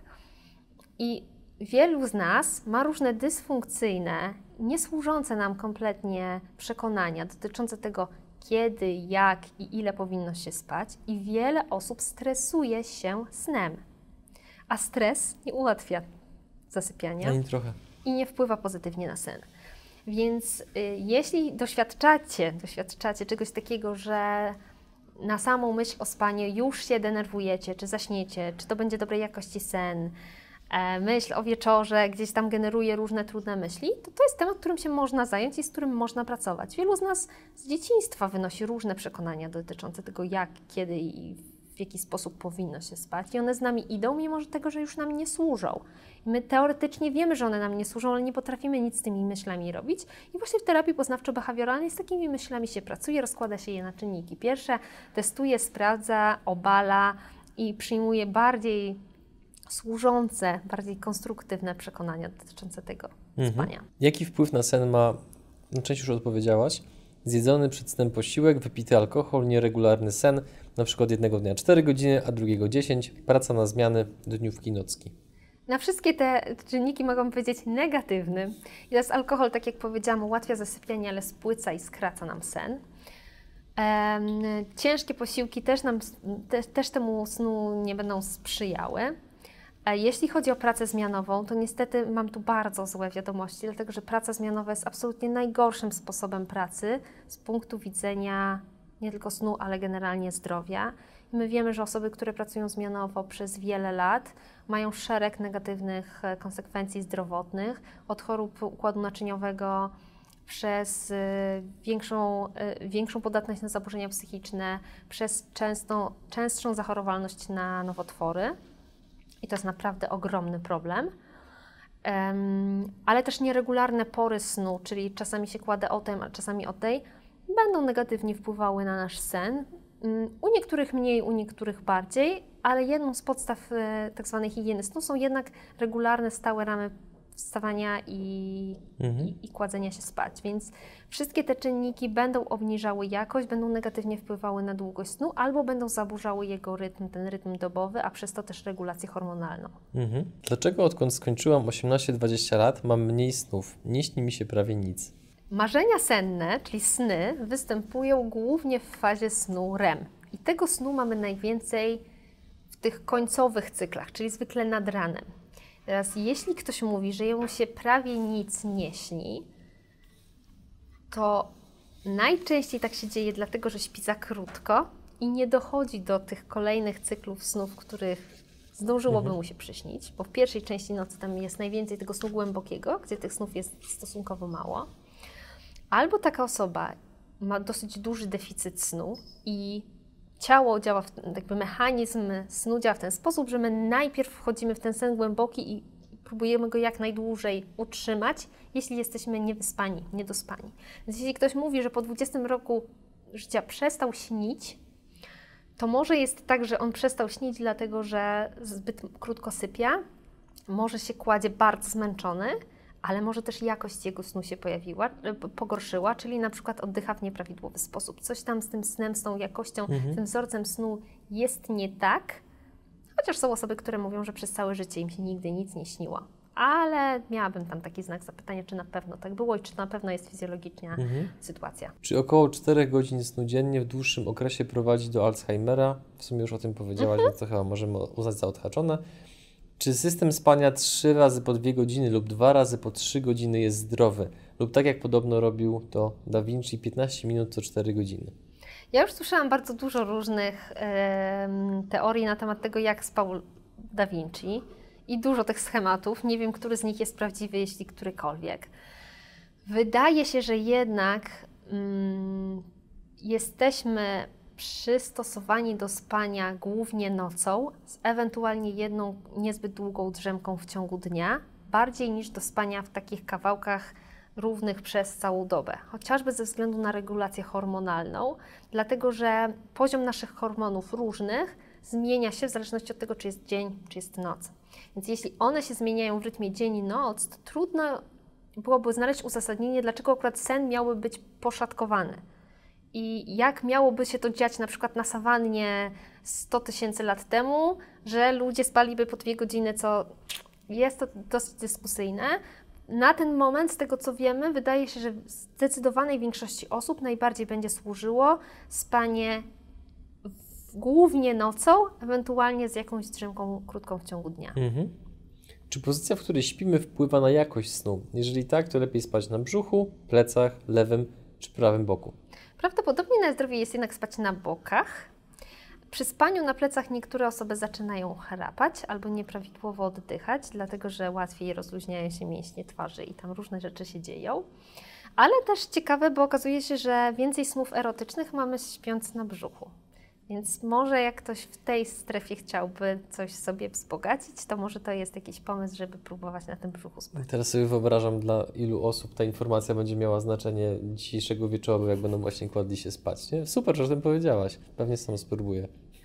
I wielu z nas ma różne dysfunkcyjne, niesłużące nam kompletnie przekonania dotyczące tego, kiedy, jak i ile powinno się spać, i wiele osób stresuje się snem. A stres nie ułatwia zasypiania. Ani trochę. I nie wpływa pozytywnie na sen. Więc jeśli doświadczacie czegoś takiego, że na samą myśl o spaniu już się denerwujecie, czy zaśniecie, czy to będzie dobrej jakości sen, myśl o wieczorze gdzieś tam generuje różne trudne myśli, to jest temat, którym się można zająć i z którym można pracować. Wielu z nas z dzieciństwa wynosi różne przekonania dotyczące tego, jak, kiedy i w jaki sposób powinno się spać, i one z nami idą, mimo tego, że już nam nie służą. I my teoretycznie wiemy, że one nam nie służą, ale nie potrafimy nic z tymi myślami robić. I właśnie w terapii poznawczo-behawioralnej z takimi myślami się pracuje, rozkłada się je na czynniki pierwsze, testuje, sprawdza, obala i przyjmuje bardziej służące, bardziej konstruktywne przekonania dotyczące tego spania. Jaki wpływ na sen ma, na część już odpowiedziałaś, zjedzony przed snem posiłek, wypity alkohol, nieregularny sen, na przykład jednego dnia 4 godziny, a drugiego 10, praca na zmiany, dniówki i nocki? Na wszystkie te czynniki mogą powiedzieć negatywny. I teraz alkohol, tak jak powiedziałam, ułatwia zasypianie, ale spłyca i skraca nam sen. Ciężkie posiłki też temu snu nie będą sprzyjały. Jeśli chodzi o pracę zmianową, to niestety mam tu bardzo złe wiadomości, dlatego że praca zmianowa jest absolutnie najgorszym sposobem pracy z punktu widzenia nie tylko snu, ale generalnie zdrowia. I my wiemy, że osoby, które pracują zmianowo przez wiele lat, mają szereg negatywnych konsekwencji zdrowotnych, od chorób układu naczyniowego przez większą podatność na zaburzenia psychiczne, przez częstszą zachorowalność na nowotwory. I to jest naprawdę ogromny problem. Ale też nieregularne pory snu, czyli czasami się kładę o tej, a czasami o tej, będą negatywnie wpływały na nasz sen. U niektórych mniej, u niektórych bardziej, ale jedną z podstaw tak zwanej higieny snu są jednak regularne, stałe ramy wstawania i kładzenia się spać. Więc wszystkie te czynniki będą obniżały jakość, będą negatywnie wpływały na długość snu albo będą zaburzały jego rytm, ten rytm dobowy, a przez to też regulację hormonalną. Dlaczego odkąd skończyłam 18-20 lat mam mniej snów? Nie śni mi się prawie nic. Marzenia senne, czyli sny, występują głównie w fazie snu REM. I tego snu mamy najwięcej w tych końcowych cyklach, czyli zwykle nad ranem. Teraz, jeśli ktoś mówi, że jemu się prawie nic nie śni, to najczęściej tak się dzieje dlatego, że śpi za krótko i nie dochodzi do tych kolejnych cyklów snów, których zdążyłoby mu się przyśnić, bo w pierwszej części nocy tam jest najwięcej tego snu głębokiego, gdzie tych snów jest stosunkowo mało. Albo taka osoba ma dosyć duży deficyt snu i ciało działa, jakby mechanizm snu działa w ten sposób, że my najpierw wchodzimy w ten sen głęboki i próbujemy go jak najdłużej utrzymać, jeśli jesteśmy niewyspani, niedospani. Więc jeśli ktoś mówi, że po 20 roku życia przestał śnić, to może jest tak, że on przestał śnić dlatego, że zbyt krótko sypia, może się kładzie bardzo zmęczony, ale może też jakość jego snu się pogorszyła, czyli na przykład oddycha w nieprawidłowy sposób. Coś tam z tym snem, z tą jakością, tym wzorcem snu jest nie tak, chociaż są osoby, które mówią, że przez całe życie im się nigdy nic nie śniło. Ale miałabym tam taki znak zapytania, czy na pewno tak było i czy to na pewno jest fizjologiczna sytuacja. Czy około 4 godzin snu dziennie w dłuższym okresie prowadzi do Alzheimera? W sumie już o tym powiedziałaś, więc to chyba możemy uznać za odhaczone. Czy system spania 3 razy po 2 godziny lub 2 razy po 3 godziny jest zdrowy? Lub tak jak podobno robił to Da Vinci 15 minut co 4 godziny? Ja już słyszałam bardzo dużo różnych teorii na temat tego, jak spał Da Vinci i dużo tych schematów. Nie wiem, który z nich jest prawdziwy, jeśli którykolwiek. Wydaje się, że jednak jesteśmy przystosowani do spania głównie nocą, z ewentualnie jedną niezbyt długą drzemką w ciągu dnia, bardziej niż do spania w takich kawałkach równych przez całą dobę. Chociażby ze względu na regulację hormonalną, dlatego że poziom naszych hormonów różnych zmienia się w zależności od tego, czy jest dzień, czy jest noc. Więc jeśli one się zmieniają w rytmie dzień i noc, to trudno byłoby znaleźć uzasadnienie, dlaczego akurat sen miałby być poszatkowany. I jak miałoby się to dziać na przykład na sawannie 100 000 lat temu, że ludzie spaliby po 2 godziny, co jest to dosyć dyskusyjne. Na ten moment, z tego co wiemy, wydaje się, że zdecydowanej większości osób najbardziej będzie służyło spanie głównie nocą, ewentualnie z jakąś drzemką krótką w ciągu dnia. Czy pozycja, w której śpimy, wpływa na jakość snu? Jeżeli tak, to lepiej spać na brzuchu, plecach, lewym czy prawym boku? Prawdopodobnie najzdrowiej jest jednak spać na bokach. Przy spaniu na plecach niektóre osoby zaczynają chrapać albo nieprawidłowo oddychać, dlatego że łatwiej rozluźniają się mięśnie twarzy i tam różne rzeczy się dzieją. Ale też ciekawe, bo okazuje się, że więcej snów erotycznych mamy śpiąc na brzuchu. Więc może jak ktoś w tej strefie chciałby coś sobie wzbogacić, to może to jest jakiś pomysł, żeby próbować na tym brzuchu spać. Teraz sobie wyobrażam, dla ilu osób ta informacja będzie miała znaczenie dzisiejszego wieczoru, jak będą właśnie kładli się spać. Nie? Super, że o tym powiedziałaś. Pewnie sam spróbuję.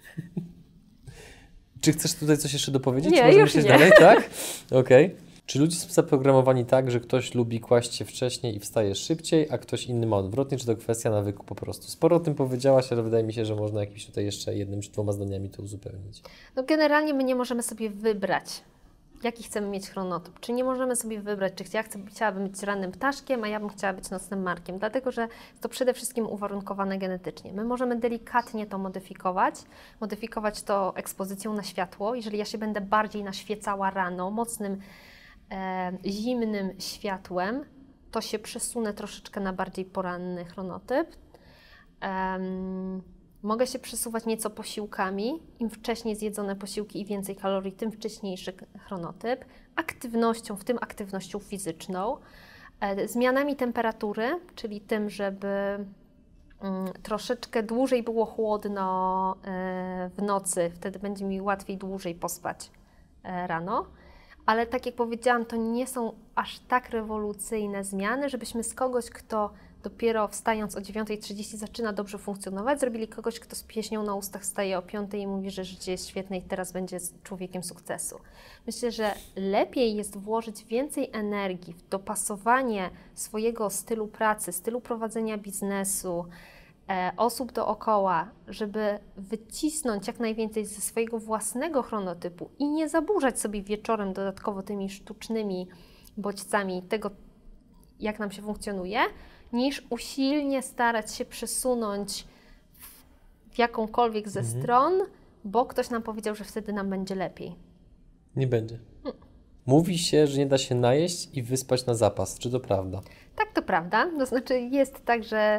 Czy chcesz tutaj coś jeszcze dopowiedzieć? Nie, Możemy już przejść nie. dalej, tak? Okej. Czy ludzie są zaprogramowani tak, że ktoś lubi kłaść się wcześniej i wstaje szybciej, a ktoś inny ma odwrotnie, czy to kwestia nawyku po prostu? Sporo o tym powiedziałaś, ale wydaje mi się, że można jakimś tutaj jeszcze 1 czy 2 zdaniami to uzupełnić. No generalnie my nie możemy sobie wybrać, jaki chcemy mieć chronotyp. Czy nie możemy sobie wybrać, czy chciałabym być rannym ptaszkiem, a ja bym chciała być nocnym markiem, dlatego że to przede wszystkim uwarunkowane genetycznie. My możemy delikatnie to modyfikować to ekspozycją na światło. Jeżeli ja się będę bardziej naświecała rano, mocnym, zimnym światłem, to się przesunę troszeczkę na bardziej poranny chronotyp. Mogę się przesuwać nieco posiłkami. Im wcześniej zjedzone posiłki i więcej kalorii, tym wcześniejszy chronotyp. Aktywnością, w tym aktywnością fizyczną. Zmianami temperatury, czyli tym, żeby troszeczkę dłużej było chłodno w nocy. Wtedy będzie mi łatwiej dłużej pospać rano. Ale tak jak powiedziałam, to nie są aż tak rewolucyjne zmiany, żebyśmy z kogoś, kto dopiero wstając o 9:30 zaczyna dobrze funkcjonować, zrobili kogoś, kto z pieśnią na ustach wstaje o 5:00 i mówi, że życie jest świetne i teraz będzie człowiekiem sukcesu. Myślę, że lepiej jest włożyć więcej energii w dopasowanie swojego stylu pracy, stylu prowadzenia biznesu, osób dookoła, żeby wycisnąć jak najwięcej ze swojego własnego chronotypu i nie zaburzać sobie wieczorem dodatkowo tymi sztucznymi bodźcami tego, jak nam się funkcjonuje, niż usilnie starać się przesunąć w jakąkolwiek ze stron, bo ktoś nam powiedział, że wtedy nam będzie lepiej. Nie będzie. Mówi się, że nie da się najeść i wyspać na zapas. Czy to prawda? Tak, to prawda. To znaczy jest tak, że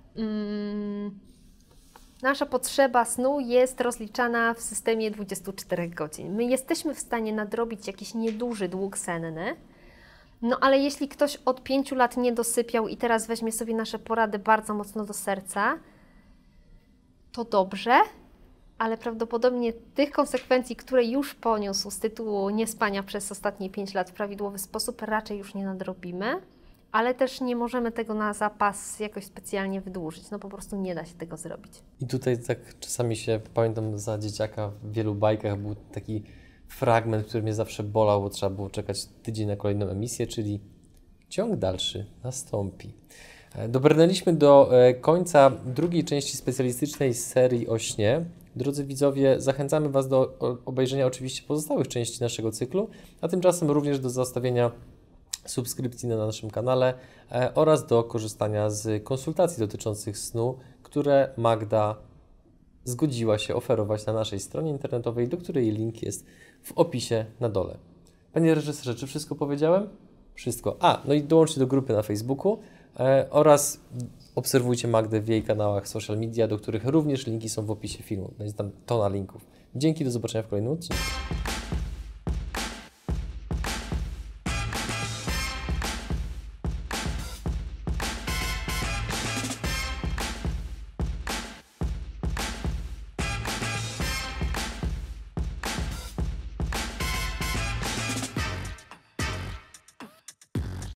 nasza potrzeba snu jest rozliczana w systemie 24 godzin. My jesteśmy w stanie nadrobić jakiś nieduży dług senny, no ale jeśli ktoś od 5 lat nie dosypiał i teraz weźmie sobie nasze porady bardzo mocno do serca, to dobrze, ale prawdopodobnie tych konsekwencji, które już poniósł z tytułu niespania przez ostatnie 5 lat w prawidłowy sposób, raczej już nie nadrobimy. Ale też nie możemy tego na zapas jakoś specjalnie wydłużyć. No po prostu nie da się tego zrobić. I tutaj tak czasami się, pamiętam za dzieciaka, w wielu bajkach był taki fragment, który mnie zawsze bolał, bo trzeba było czekać tydzień na kolejną emisję, czyli ciąg dalszy nastąpi. Dobrnęliśmy do końca drugiej części specjalistycznej serii o śnie. Drodzy widzowie, zachęcamy Was do obejrzenia oczywiście pozostałych części naszego cyklu, a tymczasem również do zostawienia subskrypcji na naszym kanale oraz do korzystania z konsultacji dotyczących snu, które Magda zgodziła się oferować na naszej stronie internetowej, do której link jest w opisie na dole. Panie reżyserze, czy wszystko powiedziałem? Wszystko. No i dołączcie do grupy na Facebooku oraz obserwujcie Magdę w jej kanałach social media, do których również linki są w opisie filmu. Będzie tam tona linków. Dzięki, do zobaczenia w kolejnym odcinku.